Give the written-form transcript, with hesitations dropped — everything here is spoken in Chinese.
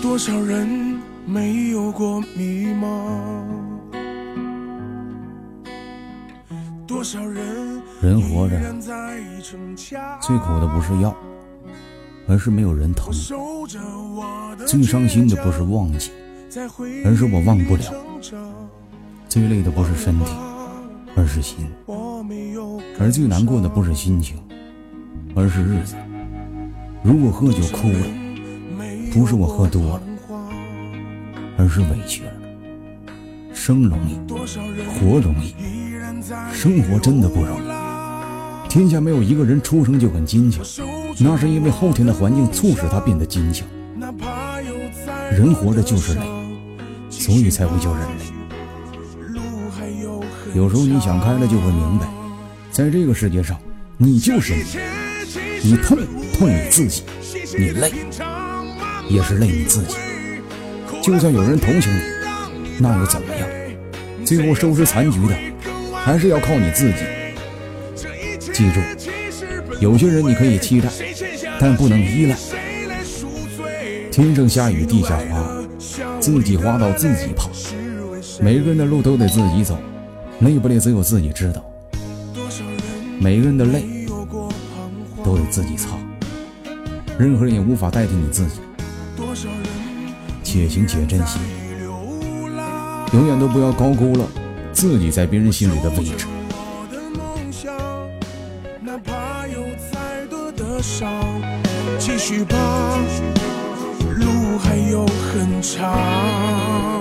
多少人没有过迷茫，多少人人活着最苦的不是药，而是没有人疼。最伤心的不是忘记，而是我忘不了。最累的不是身体，而是心。而最难过的不是心情，而是日子。如果喝酒哭了，不是我喝多了，而是委屈了。生容易，活容易，生活真的不容易。天下没有一个人出生就很坚强，那是因为后天的环境促使他变得坚强。人活着就是累，所以才会叫人累。有时候你想开了就会明白，在这个世界上你就是你痛你自己，你累也是累你自己。就算有人同情你，那又怎么样？最后收拾残局的还是要靠你自己。记住，有些人你可以期待，但不能依赖。天上下雨地下滑，自己滑倒自己跑。每个人的路都得自己走，累不累只有自己知道。每个人的泪都得自己擦，任何人也无法代替你自己。且行且珍惜，永远都不要高估了自己在别人心里的位置。 哪怕有再多的伤，继续吧，路还有很长。